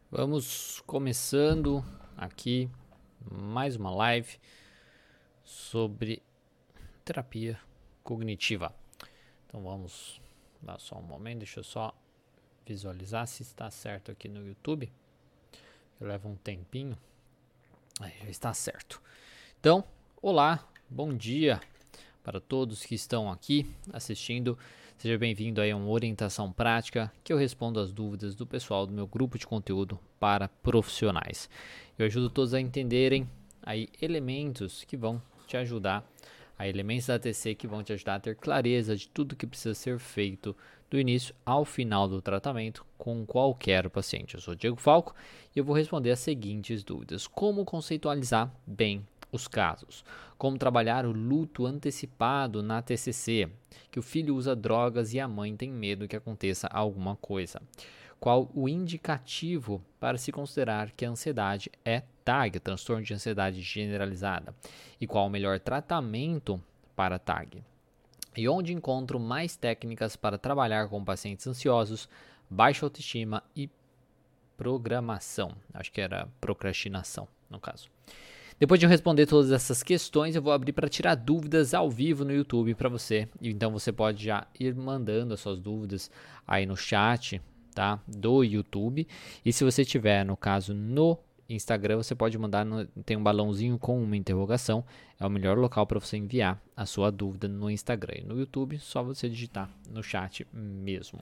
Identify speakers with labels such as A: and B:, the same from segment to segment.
A: Vamos começando aqui mais uma live sobre terapia cognitiva. Então vamos dar só um momento, deixa eu só visualizar se está certo aqui no YouTube. Eu levo um tempinho. Aí já está certo. Então, olá, bom dia para todos que estão aqui assistindo. Seja bem-vindo aí a uma orientação prática que eu respondo as dúvidas do pessoal do meu grupo de conteúdo para profissionais. Eu ajudo todos a entenderem aí elementos que vão te ajudar, elementos da TC que vão te ajudar a ter clareza de tudo que precisa ser feito do início ao final do tratamento com qualquer paciente. Eu sou Diego Falco e eu vou responder as seguintes dúvidas: como conceitualizar bem os casos, como trabalhar o luto antecipado na TCC, que o filho usa drogas e a mãe tem medo que aconteça alguma coisa, qual o indicativo para se considerar que a ansiedade é TAG, transtorno de ansiedade generalizada, e qual o melhor tratamento para TAG, e onde encontro mais técnicas para trabalhar com pacientes ansiosos, baixa autoestima e programação, acho que era procrastinação no caso. Depois de eu responder todas essas questões, eu vou abrir para tirar dúvidas ao vivo no YouTube para você. Então você pode já ir mandando as suas dúvidas aí no chat, tá, do YouTube. E se você tiver, no caso, no Instagram, você pode mandar, tem um balãozinho com uma interrogação. É o melhor local para você enviar a sua dúvida no Instagram. E no YouTube, só você digitar no chat mesmo.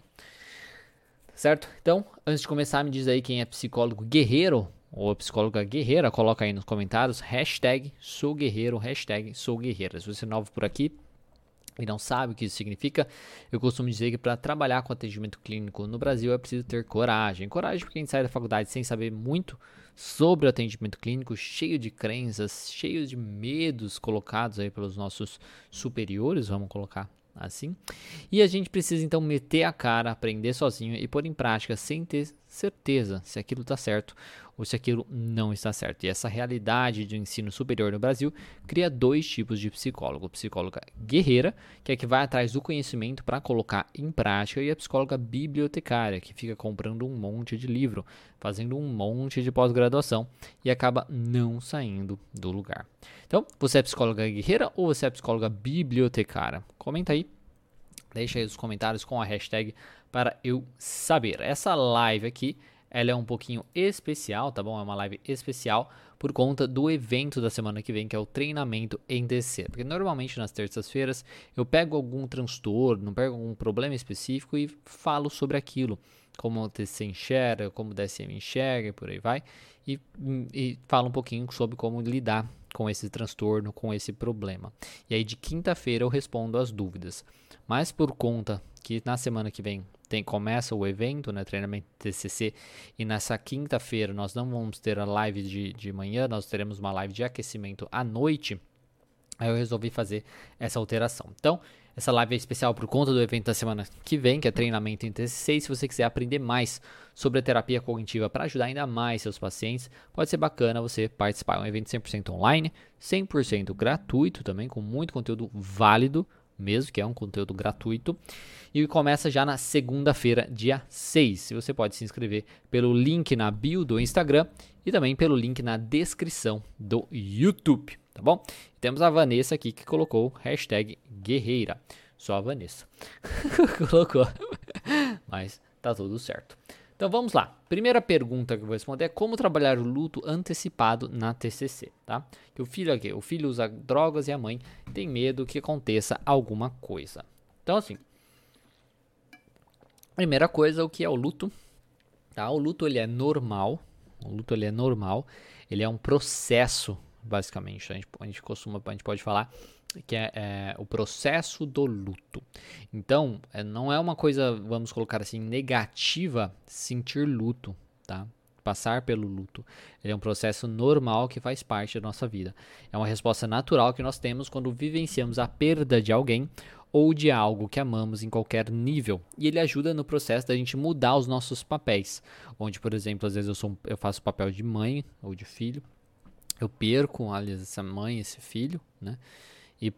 A: Certo? Então, antes de começar, me diz aí quem é psicólogo guerreiro ou psicóloga guerreira, coloca aí nos comentários, hashtag sou guerreiro, hashtag sou guerreira. Se você é novo por aqui e não sabe o que isso significa, eu costumo dizer que para trabalhar com atendimento clínico no Brasil é preciso ter coragem. Coragem porque a gente sai da faculdade sem saber muito sobre o atendimento clínico, cheio de crenças, cheio de medos colocados aí pelos nossos superiores, vamos colocar assim. E a gente precisa então meter a cara, aprender sozinho e pôr em prática sem ter certeza se aquilo está certo ou se aquilo não está certo. E essa realidade de ensino superior no Brasil cria dois tipos de psicólogo: psicóloga guerreira, que é que vai atrás do conhecimento para colocar em prática, e a psicóloga bibliotecária, que fica comprando um monte de livro, fazendo um monte de pós-graduação e acaba não saindo do lugar. Então, você é psicóloga guerreira ou você é psicóloga bibliotecária? Comenta aí, deixa aí os comentários com a hashtag para eu saber. Essa live aqui, ela é um pouquinho especial, tá bom? É uma live especial por conta do evento da semana que vem, que é o treinamento em TC. Porque normalmente nas terças-feiras eu pego algum transtorno, pego algum problema específico e falo sobre aquilo. Como o TC enxerga, como o DSM enxerga e por aí vai. E falo um pouquinho sobre como lidar com esse transtorno, com esse problema. E aí de quinta-feira eu respondo as dúvidas. Mas por conta que na semana que vem começa o evento, né, treinamento TCC, e nessa quinta-feira nós não vamos ter a live de manhã, nós teremos uma live de aquecimento à noite, aí eu resolvi fazer essa alteração. Então, essa live é especial por conta do evento da semana que vem, que é treinamento em TCC, e se você quiser aprender mais sobre a terapia cognitiva para ajudar ainda mais seus pacientes, pode ser bacana você participar. É um evento 100% online, 100% gratuito também, com muito conteúdo válido, mesmo que é um conteúdo gratuito, e começa já na segunda-feira, dia 6. Você pode se inscrever pelo link na bio do Instagram e também pelo link na descrição do YouTube, tá bom? E temos a Vanessa aqui que colocou hashtag guerreira, só a Vanessa colocou, mas tá tudo certo. Então vamos lá. Primeira pergunta que eu vou responder é como trabalhar o luto antecipado na TCC, tá? Que o filho usa drogas e a mãe tem medo que aconteça alguma coisa. Então assim, primeira coisa, o que é o luto? Tá? O luto ele é normal. Ele é um processo, basicamente. A gente pode falar que é o processo do luto. Então, não é uma coisa, vamos colocar assim, negativa sentir luto, tá? Passar pelo luto. Ele é um processo normal que faz parte da nossa vida. É uma resposta natural que nós temos quando vivenciamos a perda de alguém ou de algo que amamos em qualquer nível. E ele ajuda no processo da gente mudar os nossos papéis. Onde, por exemplo, às vezes eu faço o papel de mãe ou de filho. Eu perco, aliás, essa mãe, esse filho, né? E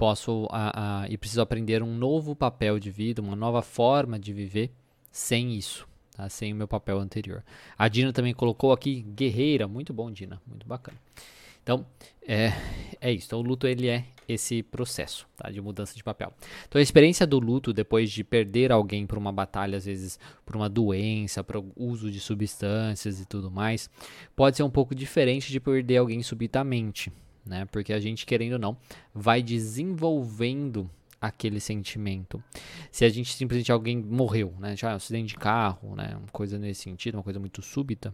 A: preciso aprender um novo papel de vida, uma nova forma de viver sem isso, tá? Sem o meu papel anterior. A Dina também colocou aqui guerreira, muito bom, Dina, muito bacana. Então, é isso. Então, o luto, ele é esse processo, tá, de mudança de papel. Então, a experiência do luto, depois de perder alguém por uma batalha, às vezes por uma doença, por uso de substâncias e tudo mais, pode ser um pouco diferente de perder alguém subitamente, né? Porque a gente, querendo ou não, vai desenvolvendo aquele sentimento. Se a gente simplesmente, alguém morreu, né? Já um acidente de carro, né? Uma coisa nesse sentido, uma coisa muito súbita.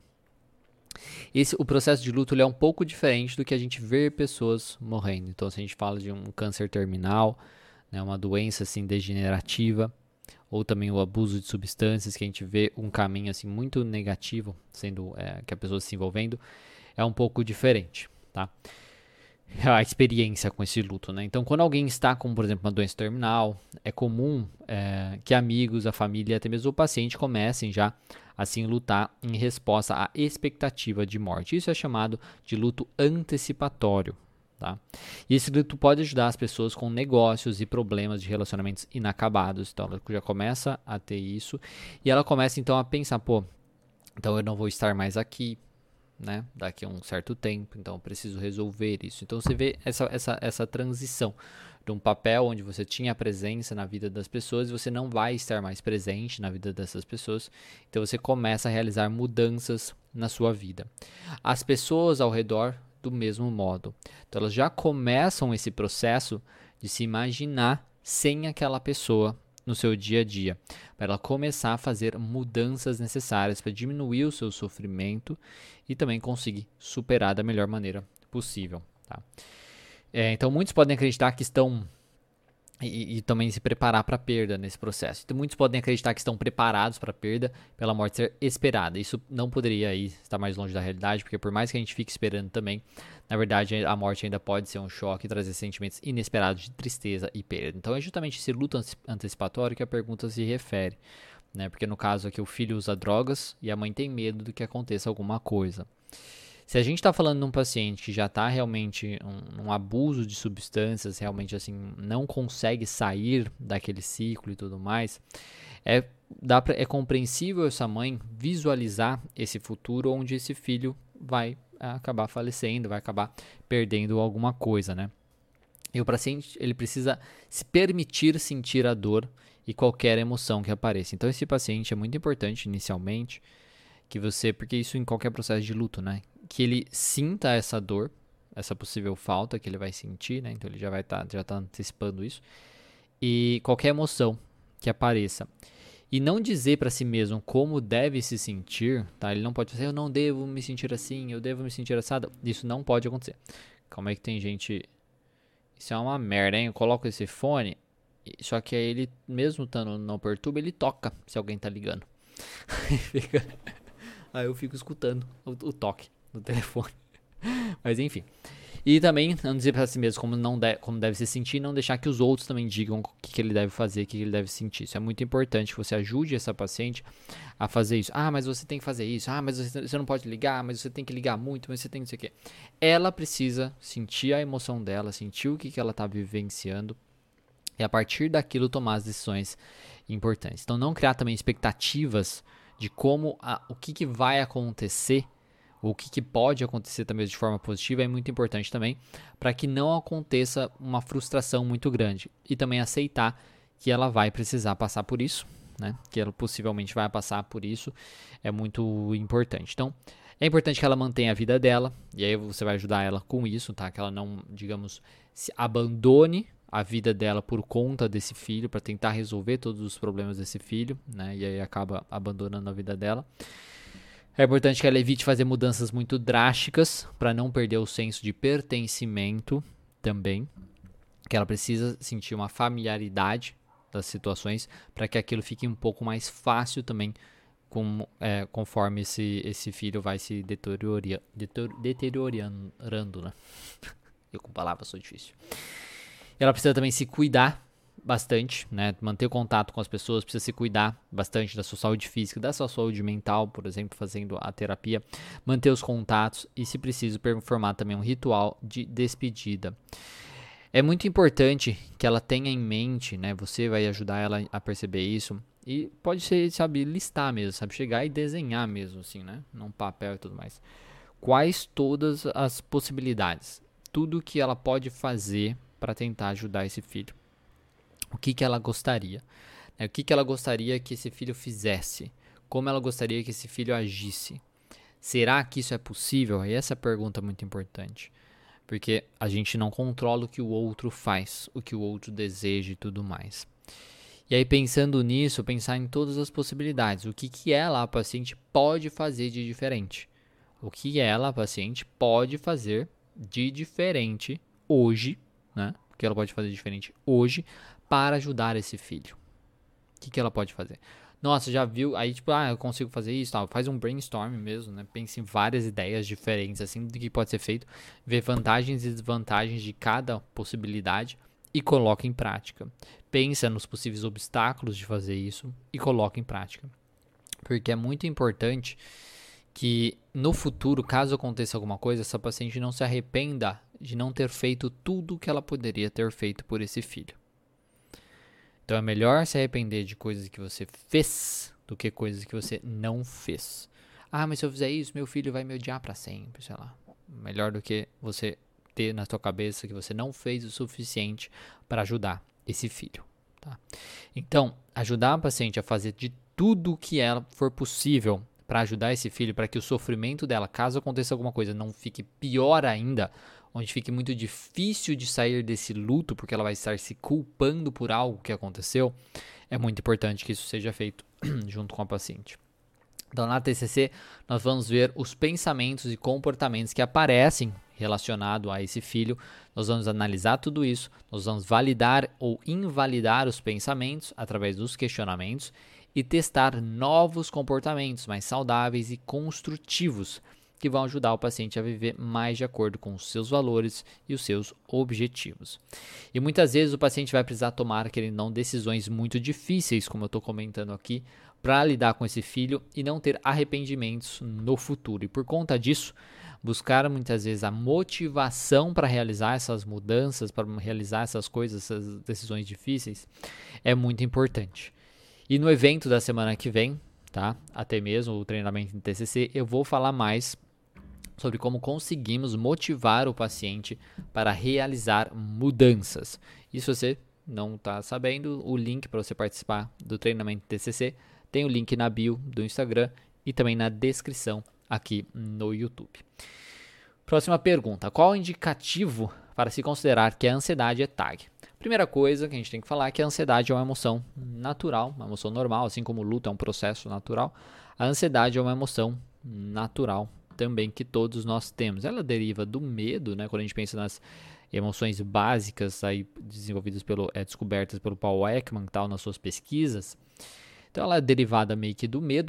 A: O processo de luto, ele é um pouco diferente do que a gente vê pessoas morrendo. Então, se a gente fala de um câncer terminal, né, uma doença assim degenerativa, ou também o abuso de substâncias, que a gente vê um caminho assim muito negativo, sendo que a pessoa se envolvendo, é um pouco diferente, tá? A experiência com esse luto, né? Então, quando alguém está com, por exemplo, uma doença terminal, é comum que amigos, a família, até mesmo o paciente comecem já assim lutar em resposta à expectativa de morte. Isso é chamado de luto antecipatório, tá? E esse luto pode ajudar as pessoas com negócios e problemas de relacionamentos inacabados. Então, ela já começa a ter isso e ela começa então a pensar, pô, então eu não vou estar mais aqui, né, daqui a um certo tempo, então eu preciso resolver isso. Então você vê essa transição de um papel onde você tinha presença na vida das pessoas e você não vai estar mais presente na vida dessas pessoas, então você começa a realizar mudanças na sua vida. As pessoas ao redor do mesmo modo, então elas já começam esse processo de se imaginar sem aquela pessoa no seu dia a dia, para ela começar a fazer mudanças necessárias para diminuir o seu sofrimento e também conseguir superar da melhor maneira possível, tá? Então, muitos podem acreditar que estão e também se preparar para a perda nesse processo. Então, muitos podem acreditar que estão preparados para a perda pela morte ser esperada. Isso não poderia aí estar mais longe da realidade, porque por mais que a gente fique esperando também, na verdade a morte ainda pode ser um choque e trazer sentimentos inesperados de tristeza e perda. Então é justamente esse luto antecipatório que a pergunta se refere, né? Porque no caso aqui o filho usa drogas e a mãe tem medo de que aconteça alguma coisa. Se a gente está falando de um paciente que já está realmente um abuso de substâncias, realmente assim não consegue sair daquele ciclo e tudo mais, é compreensível essa mãe visualizar esse futuro onde esse filho vai acabar falecendo, vai acabar perdendo alguma coisa, né? E o paciente, ele precisa se permitir sentir a dor e qualquer emoção que apareça. Então esse paciente é muito importante inicialmente que você, porque isso em qualquer processo de luto, né? Que ele sinta essa dor, essa possível falta que ele vai sentir, né? Então ele já tá antecipando isso. E qualquer emoção que apareça. E não dizer para si mesmo como deve se sentir, tá? Ele não pode dizer, eu não devo me sentir assim, eu devo me sentir assado. Isso não pode acontecer. Como é que tem gente... Isso é uma merda, hein? Eu coloco esse fone, só que aí ele, mesmo estando no perturba, ele toca se alguém tá ligando. Aí eu fico escutando o toque no telefone. Mas enfim. E também não dizer para si mesmo como deve se sentir, não deixar que os outros também digam o que ele deve fazer, o que ele deve sentir. Isso é muito importante que você ajude essa paciente a fazer isso. Ah, mas você tem que fazer isso. Ah, mas você não pode ligar, mas você tem que ligar muito, mas você tem que não sei o quê. Ela precisa sentir a emoção dela, sentir o que ela está vivenciando e a partir daquilo tomar as decisões importantes. Então não criar também expectativas de como o que vai acontecer, ou o que pode acontecer também de forma positiva é muito importante também, para que não aconteça uma frustração muito grande. E também aceitar que ela vai precisar passar por isso, né? Que ela possivelmente vai passar por isso, é muito importante. Então, é importante que ela mantenha a vida dela, e aí você vai ajudar ela com isso, tá? Que ela não, digamos, se abandone a vida dela por conta desse filho, para tentar resolver todos os problemas desse filho, né? E aí acaba abandonando a vida dela. É importante que ela evite fazer mudanças muito drásticas, para não perder o senso de pertencimento também. Que ela precisa sentir uma familiaridade das situações, para que aquilo fique um pouco mais fácil também, conforme esse filho vai se deteriorando, né? Eu com palavras sou difícil. Ela precisa também se cuidar bastante, né? Manter contato com as pessoas, precisa se cuidar bastante da sua saúde física, da sua saúde mental, por exemplo, fazendo a terapia, manter os contatos e, se preciso, formar também um ritual de despedida. É muito importante que ela tenha em mente, né? Você vai ajudar ela a perceber isso, E pode ser, sabe, listar mesmo, sabe, chegar e desenhar mesmo, assim, né, num papel e tudo mais. Quais todas as possibilidades, tudo que ela pode fazer para tentar ajudar esse filho. O que ela gostaria, né? O que ela gostaria que esse filho fizesse, como ela gostaria que esse filho agisse. Será que isso é possível? E essa é a pergunta muito importante. Porque a gente não controla o que o outro faz, o que o outro deseja e tudo mais. E aí, pensando nisso, pensar em todas as possibilidades. O que ela, a paciente, pode fazer de diferente? O que ela, a paciente, pode fazer de diferente hoje, né? O que ela pode fazer de diferente hoje para ajudar esse filho? O que ela pode fazer? Nossa, já viu? Aí, tipo, eu consigo fazer isso, tal. Faz um brainstorm mesmo, né? Pense em várias ideias diferentes, assim, do que pode ser feito. Vê vantagens e desvantagens de cada possibilidade e coloca em prática. Pensa nos possíveis obstáculos de fazer isso e coloca em prática. Porque é muito importante que no futuro, caso aconteça alguma coisa, essa paciente não se arrependa de não ter feito tudo o que ela poderia ter feito por esse filho. Então é melhor se arrepender de coisas que você fez do que coisas que você não fez. Mas se eu fizer isso, meu filho vai me odiar para sempre, sei lá. Melhor do que você ter na sua cabeça que você não fez o suficiente para ajudar esse filho, tá? Então, ajudar a paciente a fazer de tudo o que ela for possível para ajudar esse filho, para que o sofrimento dela, caso aconteça alguma coisa, não fique pior ainda, onde fique muito difícil de sair desse luto, porque ela vai estar se culpando por algo que aconteceu, é muito importante que isso seja feito junto com a paciente. Então, na TCC, nós vamos ver os pensamentos e comportamentos que aparecem relacionado a esse filho. Nós vamos analisar tudo isso, nós vamos validar ou invalidar os pensamentos através dos questionamentos e testar novos comportamentos mais saudáveis e construtivos que vão ajudar o paciente a viver mais de acordo com os seus valores e os seus objetivos. E muitas vezes o paciente vai precisar tomar, querendo ou não, decisões muito difíceis, como eu estou comentando aqui, para lidar com esse filho e não ter arrependimentos no futuro. E por conta disso, buscar muitas vezes a motivação para realizar essas mudanças, para realizar essas coisas, essas decisões difíceis, é muito importante. E no evento da semana que vem, tá? Até mesmo o treinamento em TCC, eu vou falar mais sobre como conseguimos motivar o paciente para realizar mudanças. E se você não está sabendo, o link para você participar do treinamento TCC tem o link na bio do Instagram e também na descrição aqui no YouTube. Próxima pergunta. Qual o indicativo para se considerar que a ansiedade é TAG? Primeira coisa que a gente tem que falar é que a ansiedade é uma emoção natural, uma emoção normal, assim como o luto é um processo natural. A ansiedade é uma emoção natural também que todos nós temos. Ela deriva do medo, né? Quando a gente pensa nas emoções básicas aí desenvolvidas descobertas pelo Paul Ekman, tal, nas suas pesquisas. Então ela é derivada meio que do medo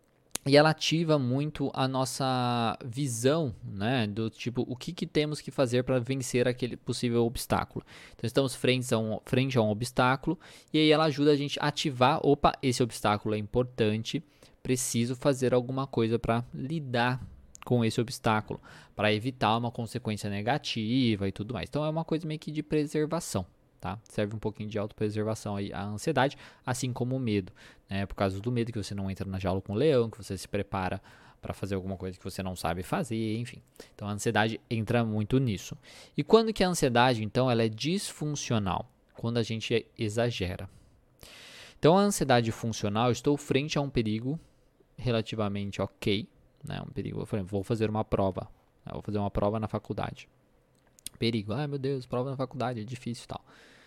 A: e ela ativa muito a nossa visão, né, do tipo, o que temos que fazer para vencer aquele possível obstáculo. Então estamos frente a um obstáculo e aí ela ajuda a gente a ativar, esse obstáculo é importante, preciso fazer alguma coisa para lidar com esse obstáculo, para evitar uma consequência negativa e tudo mais. Então é uma coisa meio que de preservação. Tá? Serve um pouquinho de autopreservação aí a ansiedade, assim como o medo, né? Por causa do medo que você não entra na jaula com o leão, que você se prepara para fazer alguma coisa que você não sabe fazer, enfim. Então a ansiedade entra muito nisso. E quando que a ansiedade, então, ela é disfuncional? Quando a gente exagera. Então a ansiedade funcional, eu estou frente a um perigo relativamente ok, né? Um perigo, vou fazer uma prova, né? Vou fazer uma prova na faculdade. Perigo, meu Deus, prova na faculdade, é difícil e tal.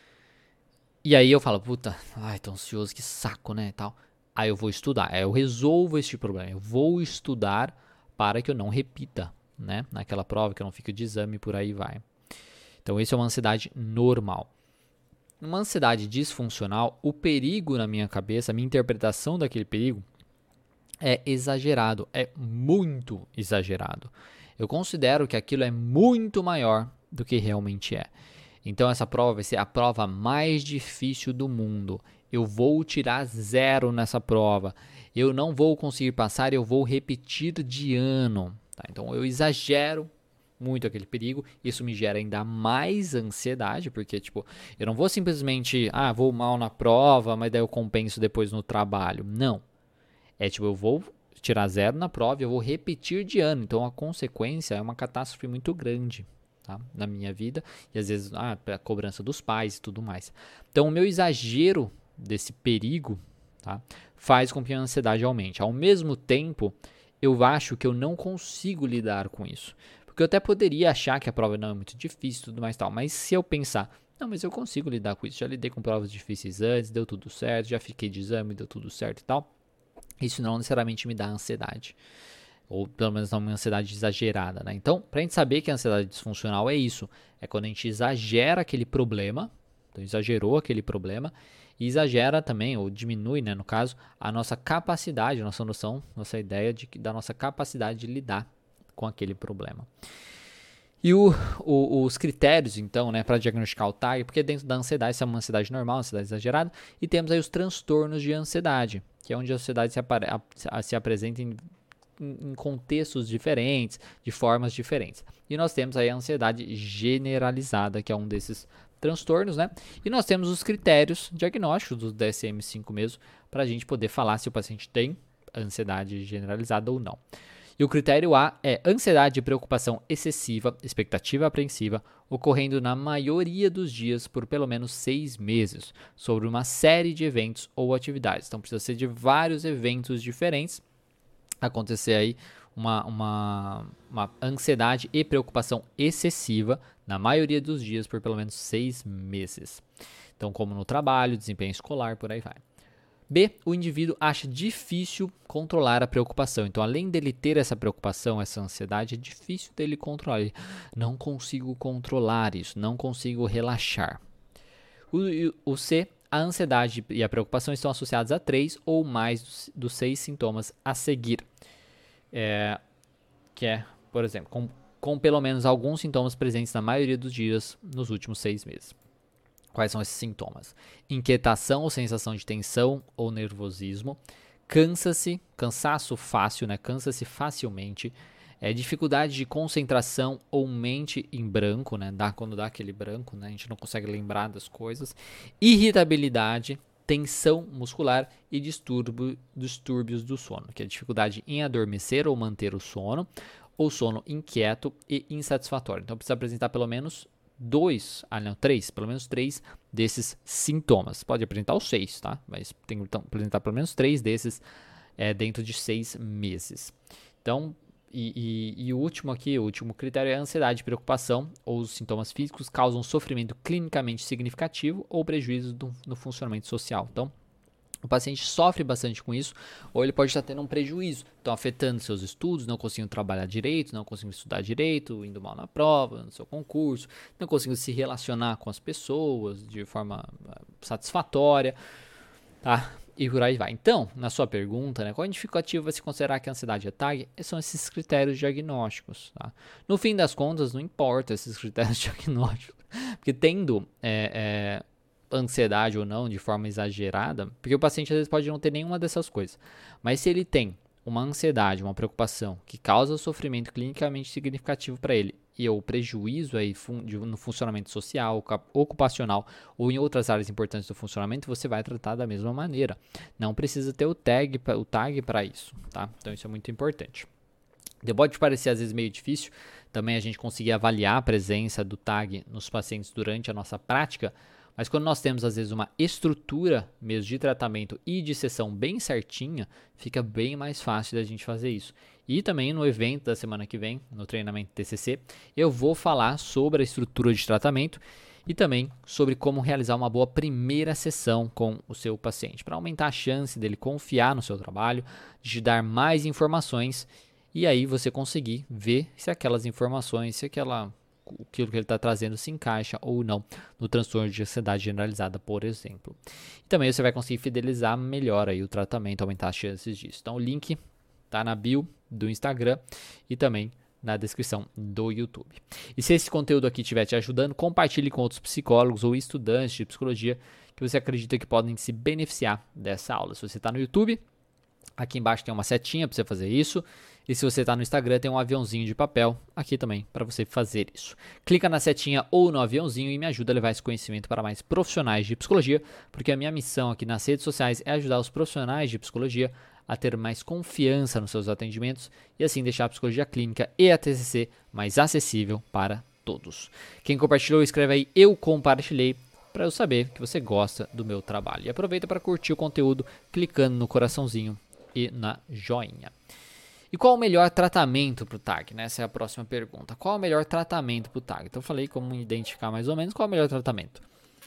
A: E aí eu falo, puta, tô ansioso, que saco, né, tal. Aí eu vou estudar, eu resolvo este problema, eu vou estudar para que eu não repita, né, naquela prova, que eu não fique de exame, por aí vai. Então isso é uma ansiedade normal. Uma ansiedade disfuncional, o perigo na minha cabeça, a minha interpretação daquele perigo é exagerado, é muito exagerado. Eu considero que aquilo é muito maior do que realmente é. Então essa prova vai ser a prova mais difícil do mundo. Eu vou tirar 0 nessa prova. Eu não vou conseguir passar, eu vou repetir de ano. Tá? Então eu exagero muito aquele perigo, isso me gera ainda mais ansiedade, porque, tipo, eu não vou simplesmente, vou mal na prova, mas daí eu compenso depois no trabalho. Não. É tipo, eu vou tirar 0 na prova e eu vou repetir de ano. Então, a consequência é uma catástrofe muito grande, tá, na minha vida. E às vezes, a cobrança dos pais e tudo mais. Então, o meu exagero desse perigo, tá, faz com que a ansiedade aumente. Ao mesmo tempo, eu acho que eu não consigo lidar com isso. Porque eu até poderia achar que a prova não é muito difícil e tudo mais tal. Mas se eu pensar, não, mas eu consigo lidar com isso. Já lidei com provas difíceis antes, deu tudo certo. Já fiquei de exame, deu tudo certo e tal. Isso não necessariamente me dá ansiedade. Ou pelo menos não uma ansiedade exagerada, né? Então, pra gente saber que a ansiedade disfuncional é isso. É quando a gente exagera aquele problema. Então, exagerou aquele problema. E exagera também, ou diminui, né, no caso, a nossa capacidade, a nossa noção, nossa ideia da nossa capacidade de lidar com aquele problema. E os critérios, então, né, para diagnosticar o TAG, porque dentro da ansiedade, isso é uma ansiedade normal, ansiedade exagerada, e temos aí os transtornos de ansiedade, que é onde a ansiedade se apresenta em contextos diferentes, de formas diferentes. E nós temos aí a ansiedade generalizada, que é um desses transtornos, né? E nós temos os critérios diagnósticos do DSM-5 mesmo, para a gente poder falar se o paciente tem ansiedade generalizada ou não. E o critério A é ansiedade e preocupação excessiva, expectativa apreensiva, ocorrendo na maioria dos dias por pelo menos 6 meses, sobre uma série de eventos ou atividades. Então precisa ser de vários eventos diferentes, acontecer aí uma ansiedade e preocupação excessiva na maioria dos dias por pelo menos 6 meses. Então, como no trabalho, desempenho escolar, por aí vai. B, o indivíduo acha difícil controlar a preocupação. Então, além dele ter essa preocupação, essa ansiedade, é difícil dele controlar. Ele, não consigo controlar isso, não consigo relaxar. O C, a ansiedade e a preocupação estão associados a 3 ou mais dos 6 sintomas a seguir. Que é, por exemplo, com pelo menos alguns sintomas presentes na maioria dos dias nos últimos 6 meses. Quais são esses sintomas? Inquietação ou sensação de tensão ou nervosismo, cansaço fácil, né? Cansa-se facilmente, dificuldade de concentração ou mente em branco, né? Quando dá aquele branco, né? A gente não consegue lembrar das coisas, irritabilidade, tensão muscular e distúrbios do sono, que é dificuldade em adormecer ou manter o sono, ou sono inquieto e insatisfatório. Então precisa apresentar pelo menos pelo menos 3 desses sintomas. Pode apresentar os 6, tá? Mas tem que apresentar pelo menos 3 desses dentro de 6 meses. Então, o último critério é a ansiedade e preocupação, ou os sintomas físicos causam sofrimento clinicamente significativo ou prejuízo no funcionamento social. Então, o paciente sofre bastante com isso, ou ele pode estar tendo um prejuízo, então afetando seus estudos, não conseguindo trabalhar direito, não conseguindo estudar direito, indo mal na prova, no seu concurso, não conseguindo se relacionar com as pessoas de forma satisfatória, tá? E por aí vai. Então, na sua pergunta, né, qual indicativa vai se considerar que a ansiedade é TAG? São esses critérios diagnósticos, tá? No fim das contas, não importa esses critérios diagnósticos, porque tendo ansiedade ou não, de forma exagerada, porque o paciente às vezes pode não ter nenhuma dessas coisas, mas se ele tem uma ansiedade, uma preocupação que causa sofrimento clinicamente significativo para ele e o prejuízo aí no funcionamento social, ocupacional ou em outras áreas importantes do funcionamento, você vai tratar da mesma maneira. Não precisa ter o tag para isso, tá? Então isso é muito importante. Pode parecer às vezes meio difícil também a gente conseguir avaliar a presença do tag nos pacientes durante a nossa prática, mas quando nós temos, às vezes, uma estrutura mesmo de tratamento e de sessão bem certinha, fica bem mais fácil da gente fazer isso. E também no evento da semana que vem, no treinamento TCC, eu vou falar sobre a estrutura de tratamento e também sobre como realizar uma boa primeira sessão com o seu paciente, para aumentar a chance dele confiar no seu trabalho, de dar mais informações e aí você conseguir ver se aquelas informações, se aquilo que ele está trazendo se encaixa ou não no transtorno de ansiedade generalizada, por exemplo. E também você vai conseguir fidelizar melhor aí o tratamento, aumentar as chances disso. Então o link está na bio do Instagram e também na descrição do YouTube. E se esse conteúdo aqui estiver te ajudando, compartilhe com outros psicólogos ou estudantes de psicologia que você acredita que podem se beneficiar dessa aula. Se você está no YouTube, aqui embaixo tem uma setinha para você fazer isso. E se você está no Instagram, tem um aviãozinho de papel aqui também para você fazer isso. Clica na setinha ou no aviãozinho e me ajuda a levar esse conhecimento para mais profissionais de psicologia, porque a minha missão aqui nas redes sociais é ajudar os profissionais de psicologia a ter mais confiança nos seus atendimentos e assim deixar a psicologia clínica e a TCC mais acessível para todos. Quem compartilhou, escreve aí "eu compartilhei" para eu saber que você gosta do meu trabalho. E aproveita para curtir o conteúdo clicando no coraçãozinho e na joinha. E qual o melhor tratamento para o TAG? Essa é a próxima pergunta. Qual o melhor tratamento para o TAG? Então eu falei como identificar mais ou menos qual é o melhor tratamento.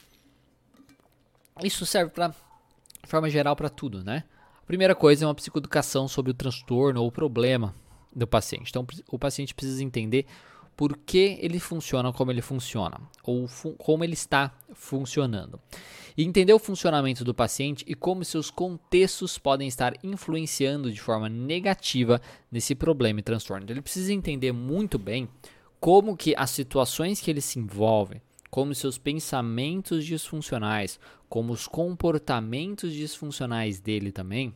A: Isso serve de forma geral para tudo, né? A primeira coisa é uma psicoeducação sobre o transtorno ou o problema do paciente. Então o paciente precisa entender por que ele funciona como ele funciona, ou como ele está funcionando. E entender o funcionamento do paciente e como seus contextos podem estar influenciando de forma negativa nesse problema e transtorno. Então, ele precisa entender muito bem como que as situações que ele se envolve, como seus pensamentos disfuncionais, como os comportamentos disfuncionais dele também,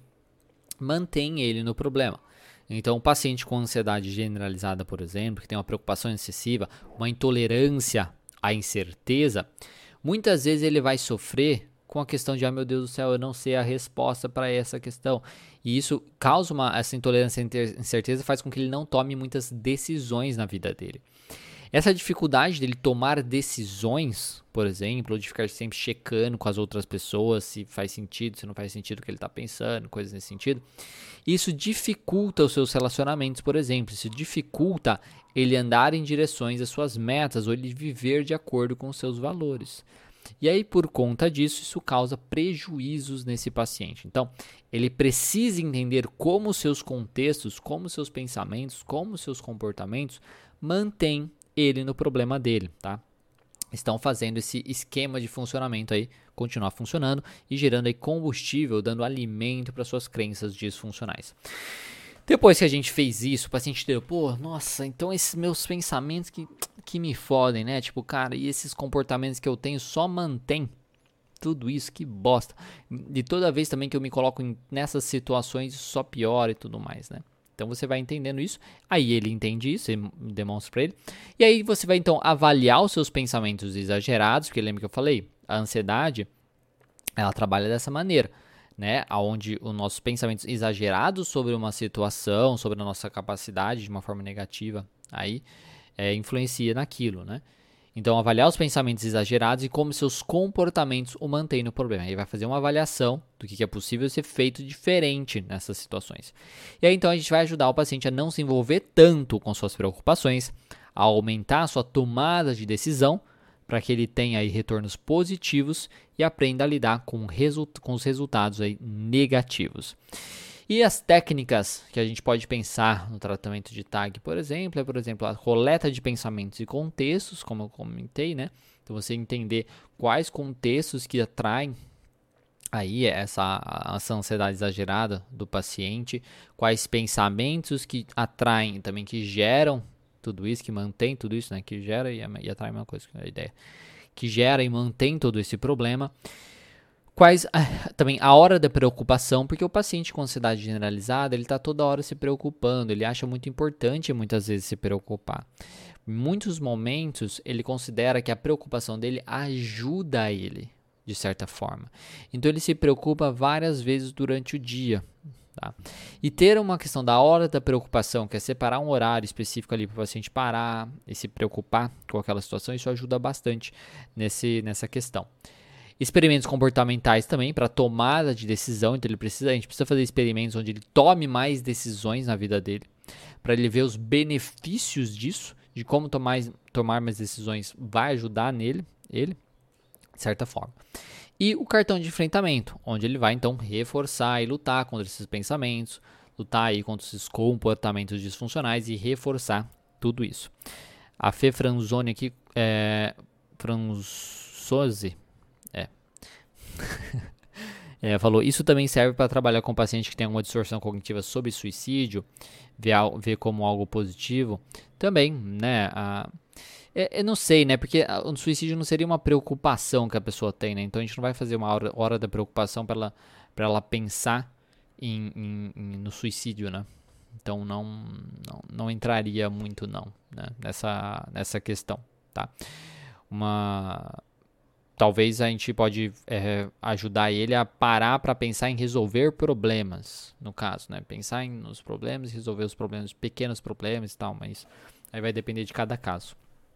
A: mantêm ele no problema. Então, o paciente com ansiedade generalizada, por exemplo, que tem uma preocupação excessiva, uma intolerância à incerteza, muitas vezes ele vai sofrer com a questão de, meu Deus do céu, eu não sei a resposta para essa questão. E isso causa essa intolerância à incerteza, faz com que ele não tome muitas decisões na vida dele. Essa dificuldade dele tomar decisões, por exemplo, ou de ficar sempre checando com as outras pessoas se faz sentido, se não faz sentido o que ele está pensando, coisas nesse sentido, isso dificulta os seus relacionamentos, por exemplo. Isso dificulta ele andar em direções às suas metas ou ele viver de acordo com os seus valores. E aí, por conta disso, isso causa prejuízos nesse paciente. Então, ele precisa entender como os seus contextos, como os seus pensamentos, como os seus comportamentos mantêm ele no problema dele, tá? Estão fazendo esse esquema de funcionamento aí continuar funcionando e gerando aí combustível, dando alimento para suas crenças disfuncionais. Depois que a gente fez isso, o paciente entendeu, nossa, então esses meus pensamentos que me fodem, né? Tipo, cara, e esses comportamentos que eu tenho só mantém tudo isso, que bosta. E toda vez também que eu me coloco nessas situações, só piora e tudo mais, né? Então você vai entendendo isso, aí ele entende isso, você demonstra para ele. E aí você vai então avaliar os seus pensamentos exagerados, porque lembra que eu falei, a ansiedade, ela trabalha dessa maneira, né? Onde os nossos pensamentos exagerados sobre uma situação, sobre a nossa capacidade de uma forma negativa, aí influencia naquilo, né? Então, avaliar os pensamentos exagerados e como seus comportamentos o mantêm no problema. Aí vai fazer uma avaliação do que é possível ser feito diferente nessas situações. E aí, então, a gente vai ajudar o paciente a não se envolver tanto com suas preocupações, a aumentar a sua tomada de decisão, para que ele tenha aí retornos positivos e aprenda a lidar com os resultados aí negativos. E as técnicas que a gente pode pensar no tratamento de TAG, por exemplo, a coleta de pensamentos e contextos, como eu comentei, né? Então, você entender quais contextos que atraem aí essa ansiedade exagerada do paciente, quais pensamentos que atraem também, que geram tudo isso, que mantém tudo isso, né? Que gera e atrai a mesma coisa, a ideia. Que gera e mantém todo esse problema. Quais também a hora da preocupação, porque o paciente com ansiedade generalizada, ele está toda hora se preocupando, ele acha muito importante muitas vezes se preocupar. Em muitos momentos, ele considera que a preocupação dele ajuda ele, de certa forma. Então, ele se preocupa várias vezes durante o dia. Tá? E ter uma questão da hora da preocupação, que é separar um horário específico ali para o paciente parar e se preocupar com aquela situação, isso ajuda bastante nessa questão. Experimentos comportamentais também para tomada de decisão, então a gente precisa fazer experimentos onde ele tome mais decisões na vida dele, para ele ver os benefícios disso, de como tomar mais decisões vai ajudar ele, de certa forma. E o cartão de enfrentamento, onde ele vai então reforçar e lutar contra esses pensamentos, lutar aí contra esses comportamentos disfuncionais e reforçar tudo isso. A Fê Franzoni aqui, Franzose, falou, isso também serve para trabalhar com paciente que tem uma distorção cognitiva sobre suicídio, ver como algo positivo. Também, né, eu não sei, né, porque o suicídio não seria uma preocupação que a pessoa tem, né, então a gente não vai fazer uma hora da preocupação para ela pensar no suicídio, né. Então não entraria muito não, né, nessa questão, tá? Talvez a gente pode ajudar ele a parar para pensar em resolver problemas, no caso, né? Pensar nos problemas, resolver os problemas, pequenos problemas e tal, mas aí vai depender de cada caso.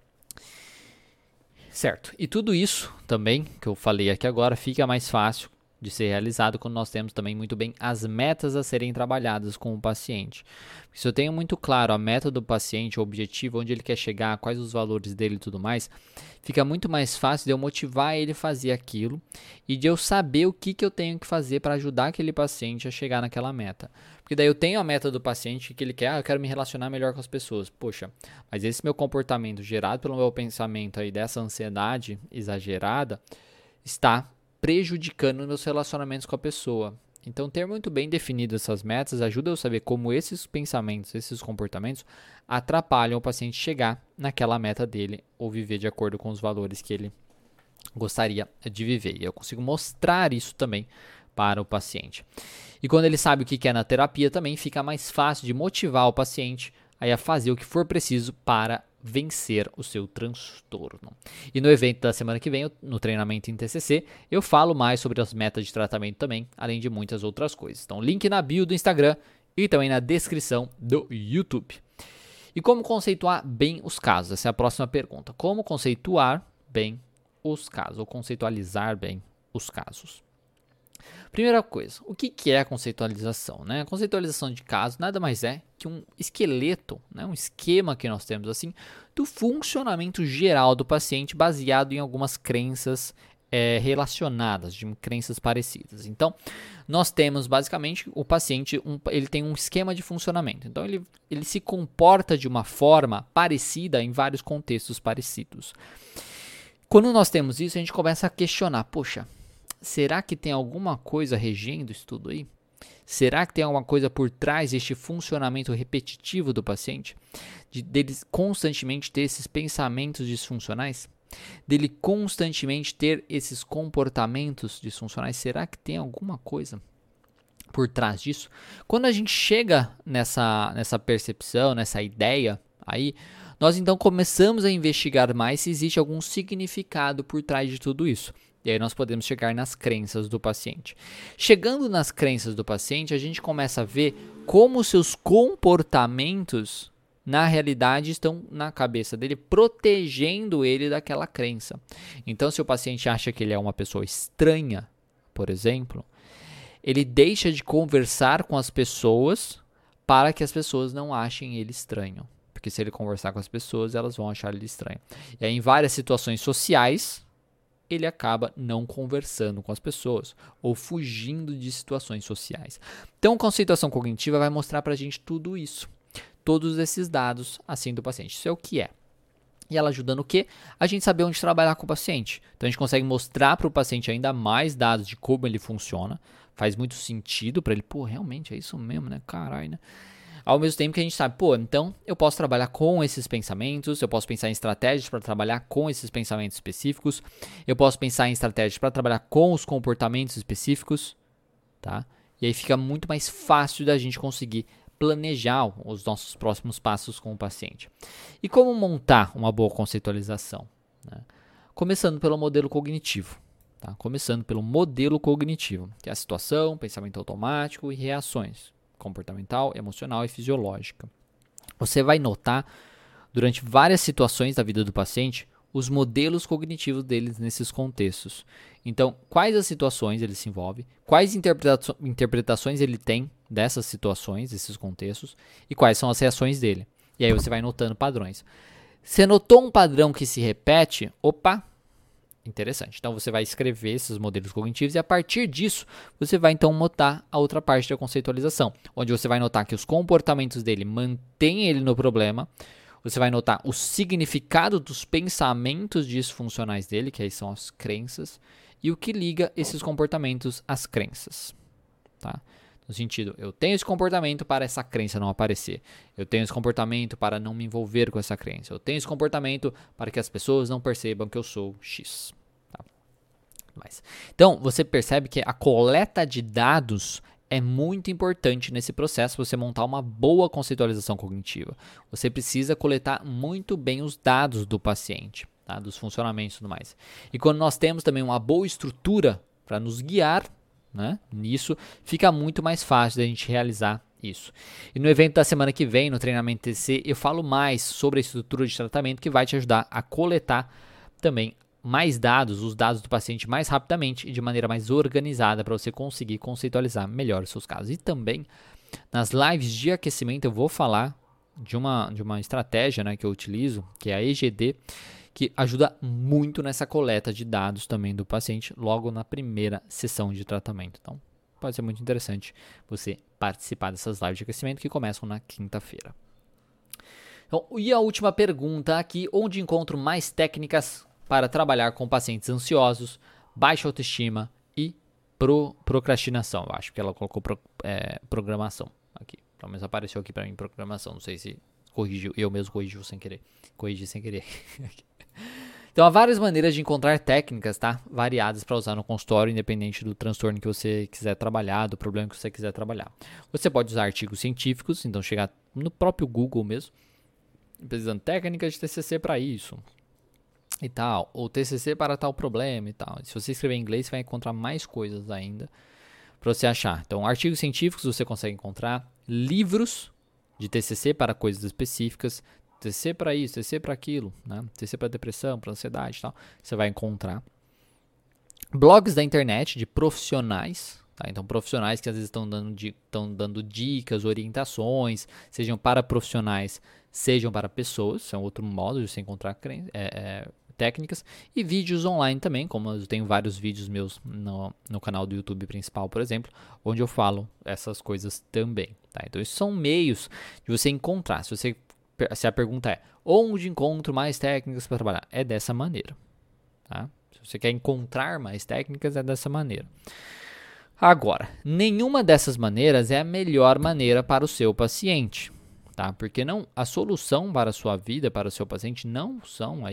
A: Certo, e tudo isso também, que eu falei aqui agora, fica mais fácil de ser realizado quando nós temos também muito bem as metas a serem trabalhadas com o paciente. Se eu tenho muito claro a meta do paciente, o objetivo, onde ele quer chegar, quais os valores dele e tudo mais, fica muito mais fácil de eu motivar ele a fazer aquilo e de eu saber o que eu tenho que fazer para ajudar aquele paciente a chegar naquela meta. Porque daí eu tenho a meta do paciente que ele quer, eu quero me relacionar melhor com as pessoas. Poxa, mas esse meu comportamento gerado pelo meu pensamento aí dessa ansiedade exagerada está prejudicando meus relacionamentos com a pessoa. Então, ter muito bem definido essas metas ajuda eu a saber como esses pensamentos, esses comportamentos atrapalham o paciente chegar naquela meta dele ou viver de acordo com os valores que ele gostaria de viver. E eu consigo mostrar isso também para o paciente. E quando ele sabe o que quer na terapia, também fica mais fácil de motivar o paciente aí a fazer o que for preciso para vencer o seu transtorno. E no evento da semana que vem, no treinamento em TCC, eu falo mais sobre as metas de tratamento também, além de muitas outras coisas. Então, link na bio do Instagram e também na descrição do YouTube. E como conceituar bem os casos? Essa é a próxima pergunta. Como conceituar bem os casos, ou conceitualizar bem os casos? Primeira coisa, o que é a conceitualização? Né? A conceitualização de caso nada mais é que um esqueleto, né? Um esquema que nós temos assim, do funcionamento geral do paciente baseado em algumas crenças relacionadas, de crenças parecidas. Então, nós temos basicamente o paciente, ele tem um esquema de funcionamento. Então, ele se comporta de uma forma parecida em vários contextos parecidos. Quando nós temos isso, a gente começa a questionar, poxa, será que tem alguma coisa regendo isso tudo aí? Será que tem alguma coisa por trás deste funcionamento repetitivo do paciente? Dele constantemente ter esses pensamentos disfuncionais? Dele constantemente ter esses comportamentos disfuncionais? Será que tem alguma coisa por trás disso? Quando a gente chega nessa percepção, nessa ideia aí, nós então começamos a investigar mais se existe algum significado por trás de tudo isso. E aí nós podemos chegar nas crenças do paciente. Chegando nas crenças do paciente, a gente começa a ver como os seus comportamentos, na realidade, estão na cabeça dele, protegendo ele daquela crença. Então, se o paciente acha que ele é uma pessoa estranha, por exemplo, ele deixa de conversar com as pessoas para que as pessoas não achem ele estranho. Porque se ele conversar com as pessoas, elas vão achar ele estranho. E aí, em várias situações sociais, ele acaba não conversando com as pessoas ou fugindo de situações sociais. Então, a conceituação cognitiva vai mostrar para a gente tudo isso, todos esses dados assim do paciente. Isso é o que é. E ela ajuda no quê? A gente saber onde trabalhar com o paciente. Então, a gente consegue mostrar para o paciente ainda mais dados de como ele funciona. Faz muito sentido para ele. Pô, realmente é isso mesmo, né? Caralho, né? Ao mesmo tempo que a gente sabe, pô, então eu posso trabalhar com esses pensamentos, eu posso pensar em estratégias para trabalhar com esses pensamentos específicos, eu posso pensar em estratégias para trabalhar com os comportamentos específicos, tá? E aí fica muito mais fácil da gente conseguir planejar os nossos próximos passos com o paciente. E como montar uma boa conceitualização? Né? Começando pelo modelo cognitivo. Tá? Começando pelo modelo cognitivo, que é a situação, pensamento automático e reações comportamental, emocional e fisiológica. Você vai notar, durante várias situações da vida do paciente, os modelos cognitivos deles nesses contextos. Então, quais as situações ele se envolve, quais interpretações ele tem dessas situações, desses contextos, e quais são as reações dele. E aí você vai notando padrões. Você notou um padrão que se repete? Opa! Interessante. Então, você vai escrever esses modelos cognitivos e, a partir disso, você vai, então, notar a outra parte da conceitualização, onde você vai notar que os comportamentos dele mantêm ele no problema, você vai notar o significado dos pensamentos disfuncionais dele, que aí são as crenças, e o que liga esses comportamentos às crenças. Tá? No sentido, eu tenho esse comportamento para essa crença não aparecer. Eu tenho esse comportamento para não me envolver com essa crença. Eu tenho esse comportamento para que as pessoas não percebam que eu sou X. Tá? Então, você percebe que a coleta de dados é muito importante nesse processo você montar uma boa conceitualização cognitiva. Você precisa coletar muito bem os dados do paciente, tá? Dos funcionamentos e tudo mais. E quando nós temos também uma boa estrutura para nos guiar, né, nisso, fica muito mais fácil da gente realizar isso. E no evento da semana que vem, no treinamento TCC, eu falo mais sobre a estrutura de tratamento que vai te ajudar a coletar também mais dados, os dados do paciente mais rapidamente e de maneira mais organizada para você conseguir conceitualizar melhor os seus casos. E também, nas lives de aquecimento, eu vou falar de uma estratégia, né, que eu utilizo, que é a EGD, que ajuda muito nessa coleta de dados também do paciente logo na primeira sessão de tratamento. Então, pode ser muito interessante você participar dessas lives de aquecimento que começam na quinta-feira. Então, e a última pergunta aqui, onde encontro mais técnicas para trabalhar com pacientes ansiosos, baixa autoestima e procrastinação? Eu acho que ela colocou programação aqui. Pelo menos apareceu aqui para mim programação. Não sei se corrigiu, eu mesmo corrigi sem querer. Então, há várias maneiras de encontrar técnicas, tá? Variadas para usar no consultório, independente do transtorno que você quiser trabalhar, do problema que você quiser trabalhar. Você pode usar artigos científicos, então chegar no próprio Google mesmo, pesquisando técnicas de TCC para isso e tal, ou TCC para tal problema e tal. Se você escrever em inglês, você vai encontrar mais coisas ainda para você achar. Então, artigos científicos você consegue encontrar, livros de TCC para coisas específicas, TCC para isso, TCC para aquilo, né? TCC para depressão, para ansiedade e tal, você vai encontrar. Blogs da internet de profissionais, tá? Então, profissionais que às vezes estão dando dicas, orientações, sejam para profissionais, sejam para pessoas, isso é um outro modo de você encontrar técnicas, e vídeos online também, como eu tenho vários vídeos meus no canal do YouTube principal, por exemplo, onde eu falo essas coisas também, tá? Então, esses são meios de você encontrar. Se a pergunta é, onde encontro mais técnicas para trabalhar? É dessa maneira, tá? Se você quer encontrar mais técnicas, é dessa maneira. Agora, nenhuma dessas maneiras é a melhor maneira para o seu paciente, tá? Porque a solução para a sua vida, para o seu paciente, não são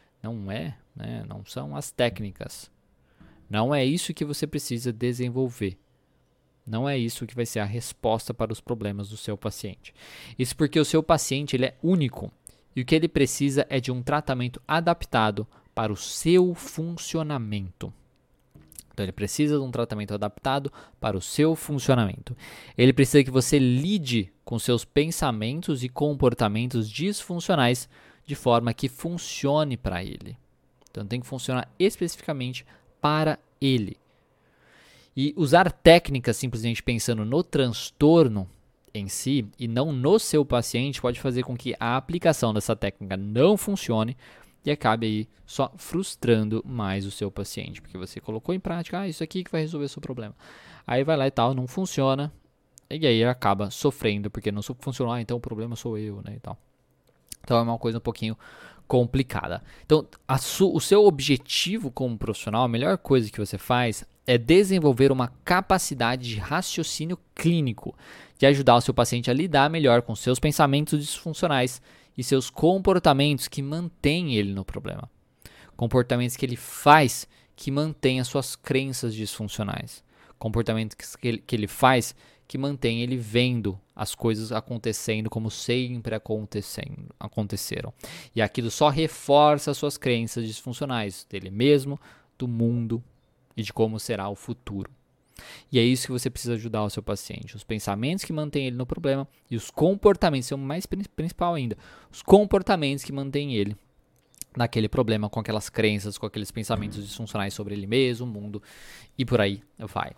A: as técnicas. Não é isso que você precisa desenvolver. Não é isso que vai ser a resposta para os problemas do seu paciente. Isso porque o seu paciente ele é único e o que ele precisa é de um tratamento adaptado para o seu funcionamento. Então, ele precisa de um tratamento adaptado para o seu funcionamento. Ele precisa que você lide com seus pensamentos e comportamentos disfuncionais de forma que funcione para ele. Então, tem que funcionar especificamente para ele. E usar técnicas simplesmente pensando no transtorno em si e não no seu paciente pode fazer com que a aplicação dessa técnica não funcione e acabe aí só frustrando mais o seu paciente, porque você colocou em prática, isso aqui que vai resolver o seu problema. Aí vai lá e tal, não funciona, e aí acaba sofrendo, porque não funcionou, então o problema sou eu, né, e tal. Então é uma coisa um pouquinho complicada. Então, o seu objetivo como profissional, a melhor coisa que você faz é desenvolver uma capacidade de raciocínio clínico, de ajudar o seu paciente a lidar melhor com seus pensamentos disfuncionais e seus comportamentos que mantêm ele no problema. Comportamentos que ele faz que mantêm as suas crenças disfuncionais. Comportamentos que ele faz que mantém ele vendo as coisas acontecendo como sempre aconteceram. E aquilo só reforça as suas crenças disfuncionais dele mesmo, do mundo e de como será o futuro. E é isso que você precisa ajudar o seu paciente. Os pensamentos que mantêm ele no problema e os comportamentos, são o mais principal ainda, os comportamentos que mantêm ele naquele problema, com aquelas crenças, com aqueles pensamentos disfuncionais sobre ele mesmo, o mundo e por aí vai.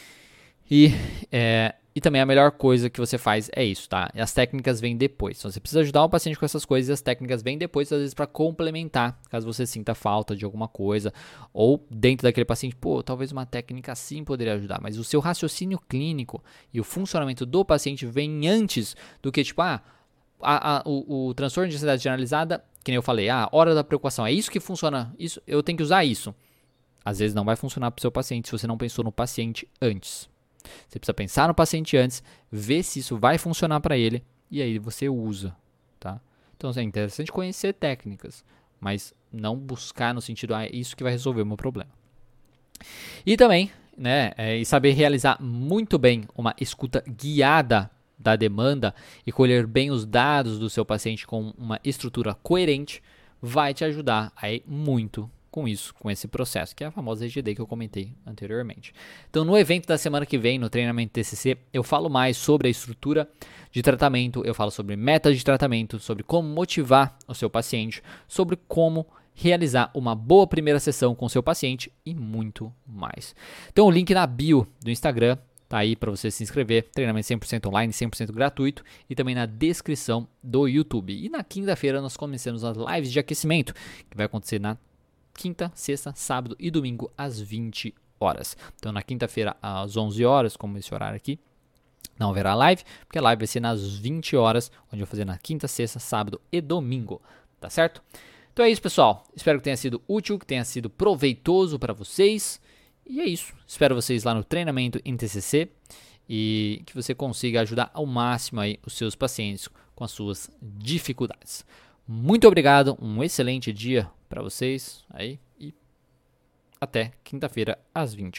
A: E também a melhor coisa que você faz é isso, tá? As técnicas vêm depois. Então, você precisa ajudar o paciente com essas coisas e as técnicas vêm depois, às vezes, para complementar, caso você sinta falta de alguma coisa. Ou dentro daquele paciente, talvez uma técnica assim poderia ajudar. Mas o seu raciocínio clínico e o funcionamento do paciente vem antes do que, o transtorno de ansiedade generalizada, que nem eu falei, hora da preocupação, é isso que funciona, isso, eu tenho que usar isso. Às vezes não vai funcionar para o seu paciente se você não pensou no paciente antes. Você precisa pensar no paciente antes, ver se isso vai funcionar para ele e aí você usa, tá? Então é interessante conhecer técnicas, mas não buscar no sentido, é isso que vai resolver o meu problema. E também, né, e saber realizar muito bem uma escuta guiada da demanda e colher bem os dados do seu paciente com uma estrutura coerente vai te ajudar aí muito com isso, com esse processo, que é a famosa EGD que eu comentei anteriormente. Então, no evento da semana que vem, no treinamento TCC, eu falo mais sobre a estrutura de tratamento, eu falo sobre metas de tratamento, sobre como motivar o seu paciente, sobre como realizar uma boa primeira sessão com o seu paciente e muito mais. Então, o link na bio do Instagram tá aí para você se inscrever, treinamento 100% online, 100% gratuito e também na descrição do YouTube. E na quinta-feira nós começamos as lives de aquecimento, que vai acontecer na quinta, sexta, sábado e domingo às 20 horas. Então na quinta-feira às 11 horas, como esse horário aqui, não haverá live, porque a live vai ser nas 20 horas, onde eu vou fazer na quinta, sexta, sábado e domingo, tá certo? Então é isso, pessoal. Espero que tenha sido útil, que tenha sido proveitoso para vocês. E é isso. Espero vocês lá no treinamento em TCC e que você consiga ajudar ao máximo aí os seus pacientes com as suas dificuldades. Muito obrigado, um excelente dia para vocês aí e até quinta-feira às 20.